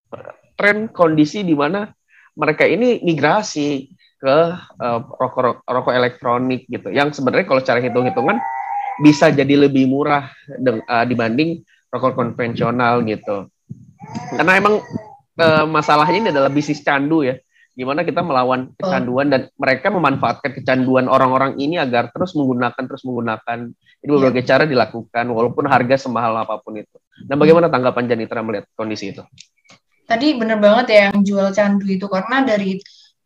A: tren kondisi di mana mereka ini migrasi ke uh, rokok rokok elektronik gitu yang sebenarnya kalau secara hitung-hitungan bisa jadi lebih murah deng, uh, dibanding rokok konvensional gitu karena emang uh, masalahnya ini adalah bisnis candu ya gimana kita melawan kecanduan dan mereka memanfaatkan kecanduan orang-orang ini agar terus menggunakan terus menggunakan ini berbagai yeah. cara dilakukan walaupun harga semahal apapun itu. Nah, bagaimana tanggapan Janitra melihat kondisi itu?
B: Tadi benar banget ya yang jual candu itu karena dari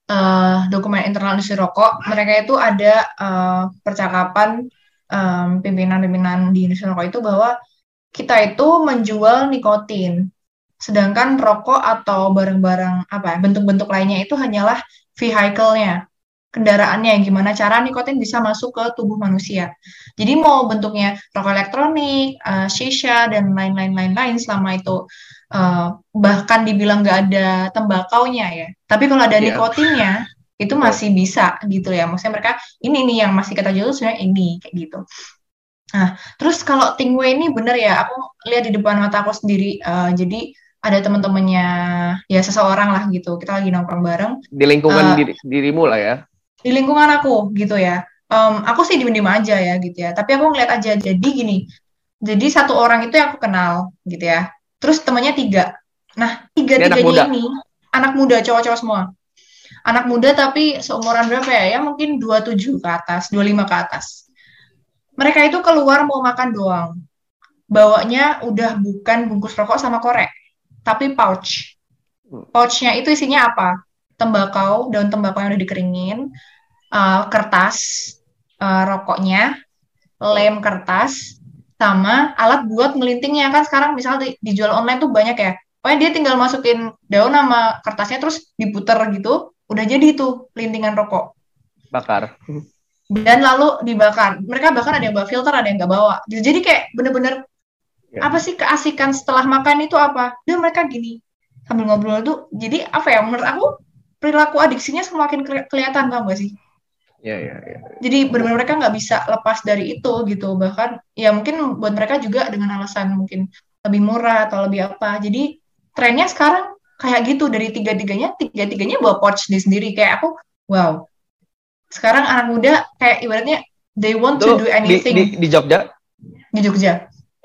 B: uh, dokumen internal industri rokok mereka itu ada uh, percakapan um, pimpinan-pimpinan di industri rokok itu bahwa kita itu menjual nikotin. Sedangkan rokok atau barang-barang apa bentuk-bentuk lainnya itu hanyalah vehicle-nya, kendaraannya, gimana cara nikotin bisa masuk ke tubuh manusia. Jadi mau bentuknya rokok elektronik, uh, shisha dan lain-lain lain-lain selama itu uh, bahkan dibilang nggak ada tembakaunya ya. Tapi kalau ada yeah. nikotinnya itu masih bisa gitu ya. Maksudnya mereka ini nih yang masih kita jual sebenarnya ini kayak gitu. Nah, terus kalau tingwe ini bener ya, aku lihat di depan mata aku sendiri. Uh, jadi ada teman-temannya ya seseorang lah gitu kita lagi nongkrong bareng
A: di lingkungan uh, diri, dirimu lah ya
B: di lingkungan aku gitu ya um, aku sih diem-diem aja ya gitu ya tapi aku ngeliat aja jadi gini jadi satu orang itu yang aku kenal gitu ya terus temannya tiga nah tiga-tiganya ini anak muda cowok-cowok semua anak muda tapi seumuran berapa ya ya mungkin dua puluh tujuh ke atas dua puluh lima ke atas mereka itu keluar mau makan doang bawanya udah bukan bungkus rokok sama korek tapi pouch. Pouchnya itu isinya apa? Tembakau, daun tembakau yang udah dikeringin, uh, kertas, uh, rokoknya, lem kertas, sama alat buat ngelintingnya. Kan sekarang misalnya di, dijual online tuh banyak ya. Pokoknya dia tinggal masukin daun sama kertasnya terus diputer gitu, udah jadi tuh lintingan rokok.
A: Bakar.
B: Dan lalu dibakar. Mereka bahkan ada yang bawa filter, ada yang nggak bawa. Jadi kayak bener-bener ya. Apa sih keasikan setelah makan itu apa? Dan mereka gini sambil ngobrol tuh. Jadi apa ya? Menurut aku perilaku adiksinya semakin ke- kelihatan tau gak sih?
A: Ya, ya, ya.
B: Jadi benar-benar mereka nggak bisa lepas dari itu gitu. Bahkan ya mungkin buat mereka juga dengan alasan mungkin lebih murah atau lebih apa. Jadi trennya sekarang kayak gitu dari tiga-tiganya, tiga-tiganya bawa pouch di sendiri. Kayak aku, wow. Sekarang anak muda kayak ibaratnya they want
A: Tuh,
B: to do anything.
A: Di, di, di Jogja?
B: Di Jogja.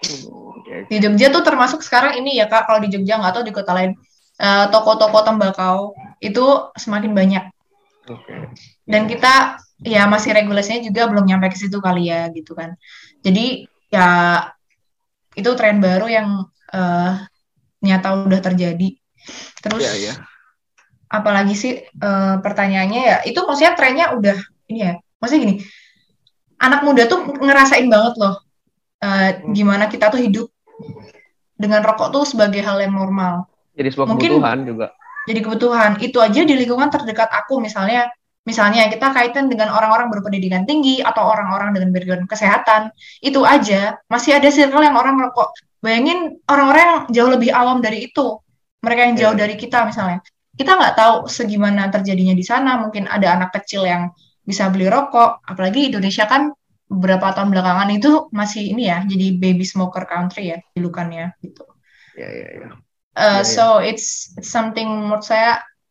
B: Di Jogja tuh termasuk sekarang ini ya Kak, kalau di Jogja nggak tahu di kota lain, uh, toko-toko tembakau itu semakin banyak.
A: Okay.
B: Dan kita ya masih regulasinya juga belum nyampe ke situ kali ya gitu kan. Jadi ya itu tren baru yang uh, nyata udah terjadi. Terus yeah, yeah. apalagi sih uh, pertanyaannya ya itu maksudnya trennya udah ini ya. Maksudnya gini, anak muda tuh ngerasain banget loh uh, gimana kita tuh hidup dengan rokok tuh sebagai hal yang normal.
A: Jadi sebuah
B: Mungkin
A: kebutuhan juga.
B: Jadi kebutuhan. Itu aja di lingkungan terdekat aku misalnya, misalnya kita kaitan dengan orang-orang berpendidikan tinggi atau orang-orang dengan background kesehatan, itu aja masih ada circle yang orang rokok. Bayangin orang-orang yang jauh lebih awam dari itu, mereka yang jauh yeah. dari kita misalnya. Kita nggak tahu segimana terjadinya di sana. Mungkin ada anak kecil yang bisa beli rokok, apalagi Indonesia kan beberapa tahun belakangan itu masih ini ya, jadi baby smoker country ya, julukannya gitu.
A: Ya, ya, ya.
B: Uh, so it's, it's something menurut saya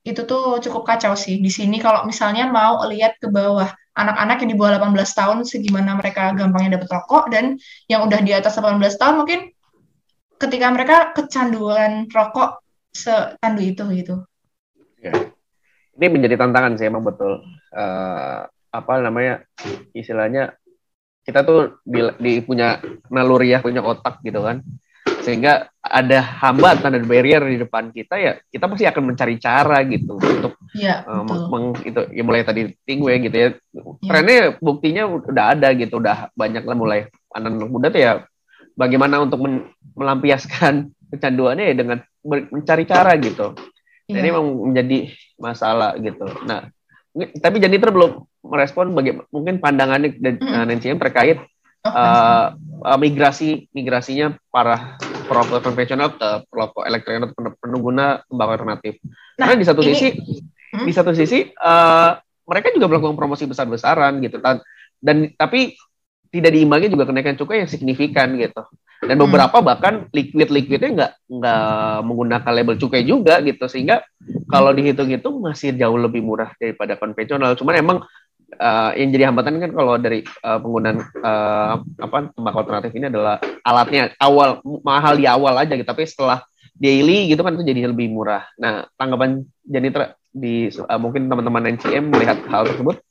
B: itu tuh cukup kacau sih. Di sini kalau misalnya mau lihat ke bawah, anak-anak yang di bawah delapan belas tahun, segimana mereka gampangnya dapat rokok, dan yang udah di atas delapan belas tahun mungkin ketika mereka kecanduan rokok secandu itu gitu.
A: Ya. Ini menjadi tantangan sih emang betul. Uh, apa namanya istilahnya kita tuh di, di punya naluri ya, punya otak gitu kan. Sehingga ada hambatan dan barrier di depan kita ya, kita pasti akan mencari cara gitu untuk
B: ya,
A: uh, meng, itu ya mulai tadi tingwe gitu ya.
B: Ya.
A: Trennya buktinya udah ada gitu, udah banyak lah mulai anak muda tuh ya bagaimana untuk men, melampiaskan kecanduannya ya dengan mencari cara gitu. Jadi
B: ya.
A: memang menjadi masalah gitu. Nah, tapi Janitra belum merespon bagaimana mungkin pandangannya dan mm-hmm. Nancy M terkait oh, uh, uh, migrasi migrasinya para perokok konvensional ke perokok elektronik atau pengguna tembakau alternatif. Nah, karena di satu ini, sisi hmm? di satu sisi uh, mereka juga melakukan promosi besar-besaran gitu kan. Dan tapi tidak diimbangi juga kenaikan cukai yang signifikan gitu. Dan beberapa hmm. bahkan liquid-liquidnya nggak nggak menggunakan label cukai juga gitu, sehingga kalau dihitung-hitung masih jauh lebih murah daripada konvensional. Cuman emang uh, yang jadi hambatan kan kalau dari uh, penggunaan uh, apa tembakau alternatif ini adalah alatnya awal mahal di awal aja gitu, tapi setelah daily gitu kan itu jadi lebih murah. Nah, tanggapan Janitra di uh, mungkin teman-teman N C M melihat hal tersebut?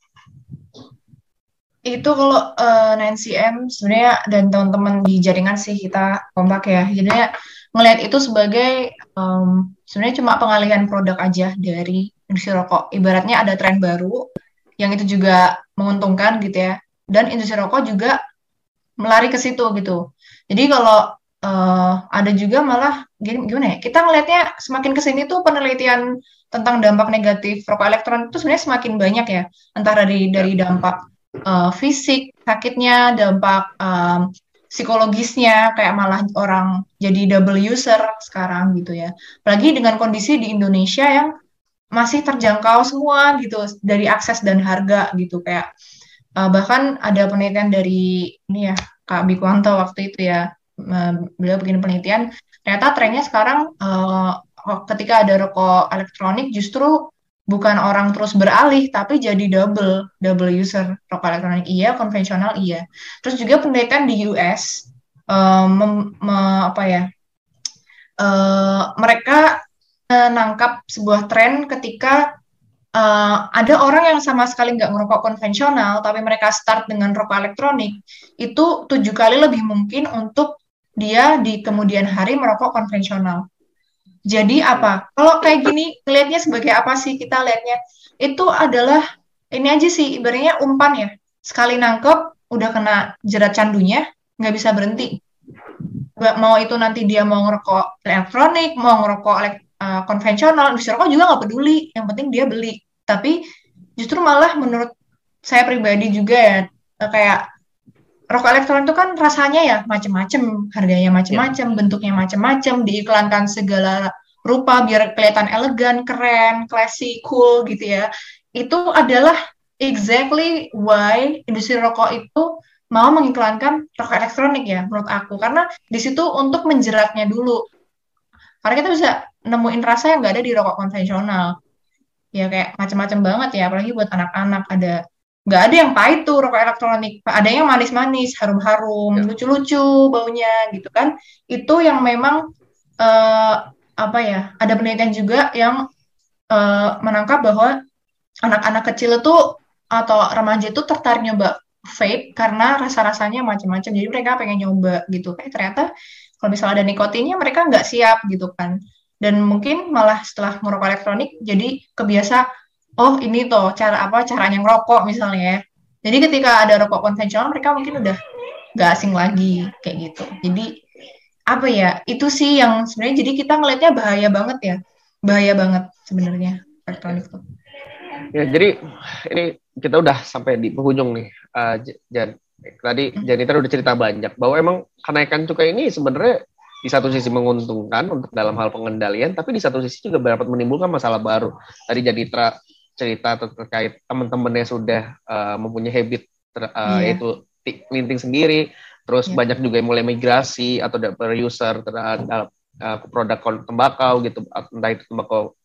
B: Itu kalau uh, Nancy M sebenarnya dan teman-teman di jaringan sih kita kompak ya. Jadinya ngelihat itu sebagai um, sebenarnya cuma pengalihan produk aja dari industri rokok. Ibaratnya ada tren baru yang itu juga menguntungkan gitu ya. Dan industri rokok juga melari ke situ gitu. Jadi kalau uh, ada juga malah gini, gimana ya? Kita ngelihatnya semakin kesini tuh penelitian tentang dampak negatif rokok elektronik itu sebenarnya semakin banyak ya. Entah dari dari dampak Uh, fisik, sakitnya, dampak um, psikologisnya, kayak malah orang jadi double user sekarang gitu ya. Apalagi dengan kondisi di Indonesia yang masih terjangkau semua gitu, dari akses dan harga gitu. Kayak uh, bahkan ada penelitian dari ini ya, Kak Bikwanto waktu itu ya, uh, beliau bikin penelitian, ternyata trennya sekarang uh, ketika ada rokok elektronik justru bukan orang terus beralih, tapi jadi double, double user rokok elektronik iya, konvensional iya. Terus juga penelitian di U S, um, mem, me, apa ya, uh, mereka menangkap sebuah tren ketika uh, ada orang yang sama sekali nggak merokok konvensional, tapi mereka start dengan rokok elektronik, itu tujuh kali lebih mungkin untuk dia di kemudian hari merokok konvensional. Jadi apa? Kalau kayak gini, ngelihatnya sebagai apa sih kita lihatnya? Itu adalah, ini aja sih, ibaratnya umpan ya. Sekali nangkep, udah kena jerat candunya, nggak bisa berhenti. Mau itu nanti dia mau ngerokok elektronik, mau ngerokok uh, konvensional, industri rokok juga nggak peduli. Yang penting dia beli. Tapi justru malah menurut saya pribadi juga ya, kayak rokok elektronik itu kan rasanya ya macem-macem, harganya macem-macem, yeah. bentuknya macem-macem, diiklankan segala rupa biar kelihatan elegan, keren, classy, cool gitu ya. Itu adalah exactly why industri rokok itu mau mengiklankan rokok elektronik ya, menurut aku. Karena di situ untuk menjeratnya dulu. Karena kita bisa nemuin rasa yang nggak ada di rokok konvensional. Ya kayak macem-macem banget ya, apalagi buat anak-anak ada. Nggak ada yang pahit tuh rokok elektronik, ada yang manis-manis, harum-harum, ya. lucu-lucu baunya gitu kan. Itu yang memang uh, apa ya? Ada penelitian juga yang uh, menangkap bahwa anak-anak kecil itu atau remaja itu tertarik nyoba vape karena rasa-rasanya macam-macam. Jadi mereka pengen nyoba gitu. Eh ternyata kalau misalnya ada nikotinnya mereka nggak siap gitu kan. Dan mungkin malah setelah merokok elektronik jadi kebiasa. Oh ini tuh cara apa caranya ngerokok misalnya ya. Jadi ketika ada rokok konvensional mereka mungkin udah gak asing lagi kayak gitu. Jadi apa ya itu sih yang sebenarnya jadi kita ngelihatnya bahaya banget ya, bahaya banget sebenarnya elektronik tuh.
A: Ya jadi ini kita udah sampai di penghujung nih. Uh, Jan tadi Janitra udah cerita banyak bahwa emang kenaikan cukai ini sebenarnya di satu sisi menguntungkan untuk dalam hal pengendalian, tapi di satu sisi juga dapat menimbulkan masalah baru. Tadi Janitra cerita terkait teman-temannya sudah uh, mempunyai habit ter, uh, yeah. yaitu minting sendiri, terus yeah. banyak juga yang mulai migrasi atau per user terhadap uh, produk tembakau gitu, entah itu tembakau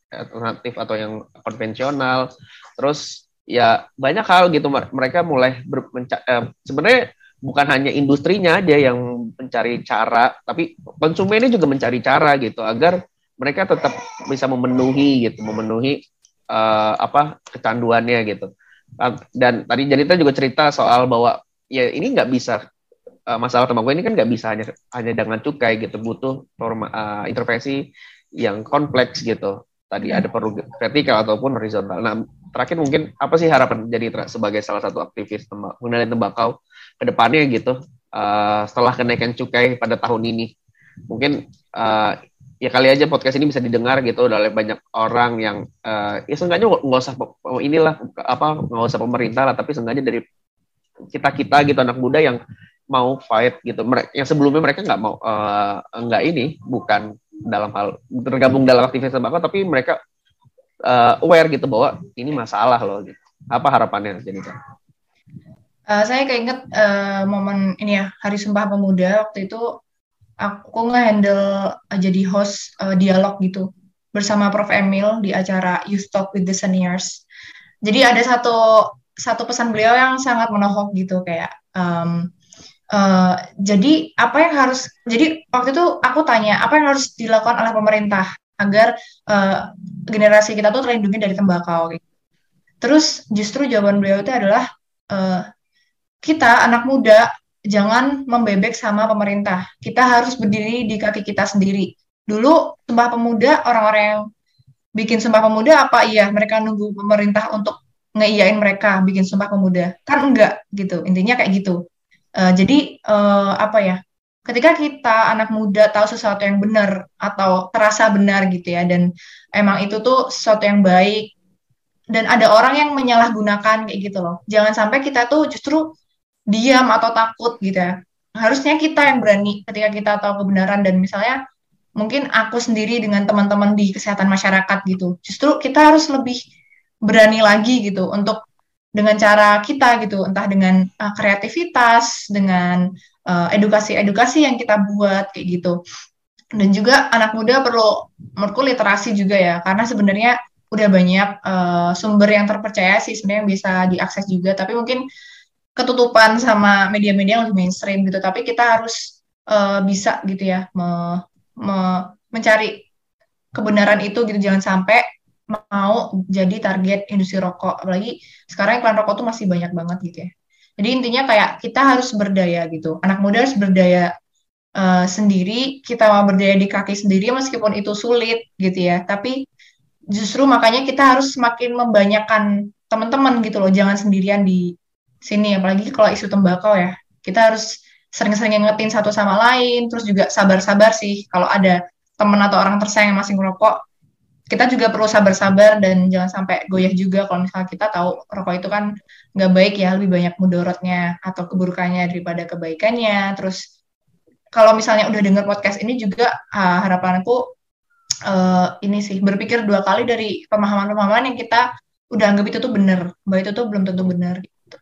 A: alternatif atau yang konvensional. Terus ya banyak hal gitu mereka mulai ber, menca- eh, sebenarnya bukan hanya industrinya aja yang mencari cara, tapi konsumennya juga mencari cara gitu agar mereka tetap bisa memenuhi gitu, memenuhi uh, apa kecanduannya gitu. Dan tadi Janita juga cerita soal bahwa ya ini nggak bisa uh, masalah tembakau ini kan nggak bisa hanya hanya dengan cukai gitu, butuh norma, uh, intervensi yang kompleks gitu. Tadi ada perlu vertikal ataupun horizontal. Nah, terakhir mungkin apa sih harapan jadi sebagai salah satu aktivis tembak, pengendalian tembakau ke depannya gitu uh, setelah kenaikan cukai pada tahun ini? Mungkin uh, ya kali aja podcast ini bisa didengar gitu oleh banyak orang yang uh, ya seenggaknya nggak usah inilah apa nggak usah pemerintah lah, tapi seenggaknya dari kita kita gitu anak muda yang mau fight gitu. Mereka yang sebelumnya mereka nggak mau uh, nggak ini bukan dalam hal tergabung dalam aktivitas tembakau, tapi mereka uh, aware gitu bahwa ini masalah loh gitu. Apa harapannya jadi kan?
B: Uh, saya keinget uh, momen ini ya Hari Sumpah Pemuda waktu itu aku nge-handle uh, jadi host uh, dialog gitu bersama Prof Emil di acara Youth Talk with the Seniors. Jadi ada satu satu pesan beliau yang sangat menohok gitu kayak um, Uh, jadi apa yang harus jadi waktu itu aku tanya apa yang harus dilakukan oleh pemerintah agar uh, generasi kita tuh terlindungi dari tembakau gitu. Terus justru jawaban beliau itu adalah uh, kita anak muda jangan membebek sama pemerintah. Kita harus berdiri di kaki kita sendiri. Dulu Sumpah Pemuda orang-orang yang bikin Sumpah Pemuda apa iya mereka nunggu pemerintah untuk ngeiyain mereka bikin Sumpah Pemuda? Kan enggak gitu. Intinya kayak gitu. Uh, jadi uh, apa ya? Ketika kita anak muda tahu sesuatu yang benar atau terasa benar gitu ya, dan emang itu tuh sesuatu yang baik, dan ada orang yang menyalahgunakan kayak gitu loh. Jangan sampai kita tuh justru diam atau takut gitu ya. Harusnya kita yang berani ketika kita tahu kebenaran dan misalnya mungkin aku sendiri dengan teman-teman di kesehatan masyarakat gitu. Justru kita harus lebih berani lagi gitu untuk dengan cara kita gitu, entah dengan uh, kreativitas, dengan uh, edukasi-edukasi yang kita buat kayak gitu. Dan juga anak muda perlu menurutku literasi juga ya, karena sebenarnya udah banyak uh, sumber yang terpercaya sih sebenarnya yang bisa diakses juga, tapi mungkin ketutupan sama media-media yang lebih mainstream gitu. Tapi kita harus uh, bisa gitu ya me, me, mencari kebenaran itu gitu, jangan sampai mau jadi target industri rokok. Apalagi sekarang iklan rokok tuh masih banyak banget gitu ya. Jadi intinya kayak kita harus berdaya gitu. Anak muda harus berdaya uh, sendiri, kita mau berdaya di kaki sendiri meskipun itu sulit gitu ya. Tapi justru makanya kita harus semakin membanyakan teman-teman gitu loh. Jangan sendirian di sini, apalagi kalau isu tembakau ya. Kita harus sering-sering ngingetin satu sama lain, terus juga sabar-sabar sih kalau ada teman atau orang tersayang yang masih ngerokok, kita juga perlu sabar-sabar dan jangan sampai goyah juga kalau misalnya kita tahu rokok itu kan nggak baik ya, lebih banyak mudorotnya atau keburukannya daripada kebaikannya. Terus kalau misalnya udah dengar podcast ini juga uh, harapanku uh, ini sih berpikir dua kali dari pemahaman-pemahaman yang kita udah anggap itu tuh benar, bahwa itu tuh belum tentu benar gitu.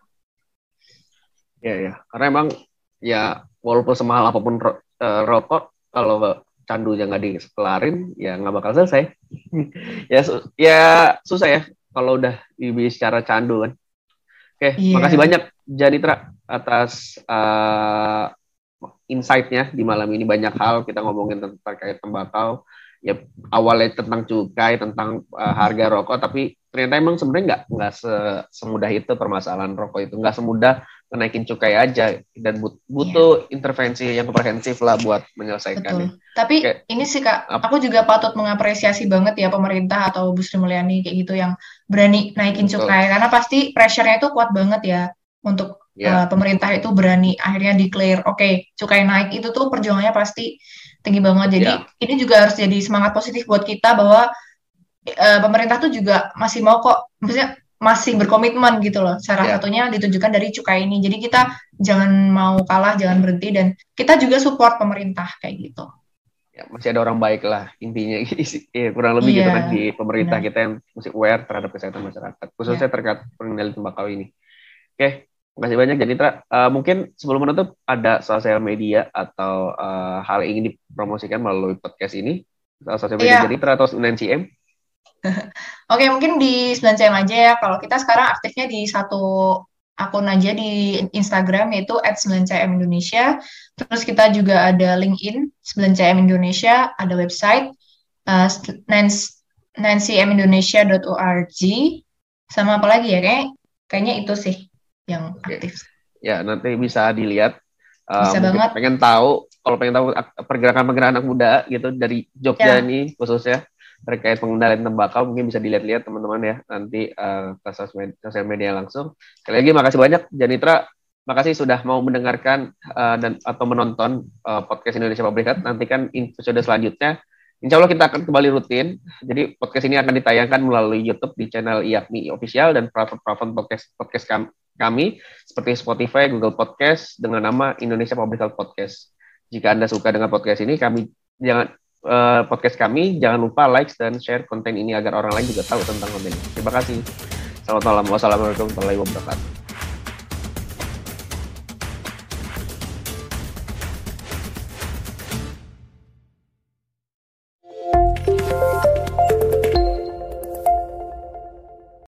A: Ya ya, karena emang ya walaupun semahal apapun ro- uh, rokok, kalau candunya nggak dikelarin ya nggak bakal selesai. ya su- ya susah ya kalau udah bicara candu kan. Oke,
B: Iya.
A: makasih banyak Janitra atas uh, insight-nya di malam ini. Banyak hal kita ngomongin tentang terkait tembakau. Ya awalnya tentang cukai, tentang uh, harga rokok, tapi ternyata emang sebenarnya nggak nggak se- semudah itu permasalahan rokok itu, nggak semudah naikin cukai aja, dan but- butuh yeah. intervensi yang komprehensif lah buat menyelesaikannya.
B: Betul. Tapi
A: Kayak,
B: ini sih Kak, aku juga patut mengapresiasi banget ya pemerintah atau Bu Sri Mulyani kayak gitu yang berani naikin
A: betul.
B: cukai, karena pasti pressure-nya itu kuat banget ya untuk yeah. uh, pemerintah itu berani akhirnya declare, oke, okay, cukai naik itu tuh perjuangannya pasti tinggi banget. Jadi yeah. ini juga harus jadi semangat positif buat kita bahwa uh, pemerintah tuh juga masih mau kok, maksudnya masih berkomitmen gitu loh. Salah yeah. satunya ditunjukkan dari cukai ini. Jadi kita jangan mau kalah, jangan berhenti, dan kita juga support pemerintah kayak gitu.
A: Ya, masih ada orang baik lah intinya. ya, kurang lebih yeah, gitu kan di pemerintah benar. Kita yang mesti aware terhadap kesehatan masyarakat, khususnya yeah. terkait pengendalian tembakau ini. Oke, makasih banyak Janitra. Uh, mungkin sebelum menutup ada sosial media atau uh, hal yang ingin dipromosikan melalui podcast ini, sosial media yeah. Janitra atau U N C M?
B: Oke, mungkin di sembilan C M aja ya. Kalau kita sekarang aktifnya di satu akun aja di Instagram yaitu at sembilan C M Indonesia. Terus kita juga ada LinkedIn sembilan C M Indonesia, ada website uh, sembilan c m indonesia dot org. Sama apa lagi ya? Kayak, kayaknya itu sih yang
A: Oke.
B: aktif.
A: Ya, nanti bisa dilihat. Uh,
B: Bisa
A: mungkin
B: banget.
A: pengen tahu, kalau pengen tahu pergerakan-pergerakan anak muda gitu dari Jogja
B: Ya,
A: ini khususnya terkait pengendalian tembakau, mungkin bisa dilihat-lihat teman-teman ya nanti uh, ke sosial media, sosial media langsung. Sekali lagi makasih banyak Janitra, makasih sudah mau mendengarkan uh, dan atau menonton uh, podcast Indonesia Public Health. Nantikan episode selanjutnya. Insya Allah kita akan kembali rutin. Jadi podcast ini akan ditayangkan melalui YouTube di channel I A K M I Official dan platform podcast podcast kami kami seperti Spotify, Google Podcast dengan nama Indonesia Public Health Podcast. Jika Anda suka dengan podcast ini, kami jangan uh, podcast kami jangan lupa like dan share konten ini agar orang lain juga tahu tentang konten ini. Terima kasih. Selamat malam. Wassalamualaikum warahmatullahi wabarakatuh.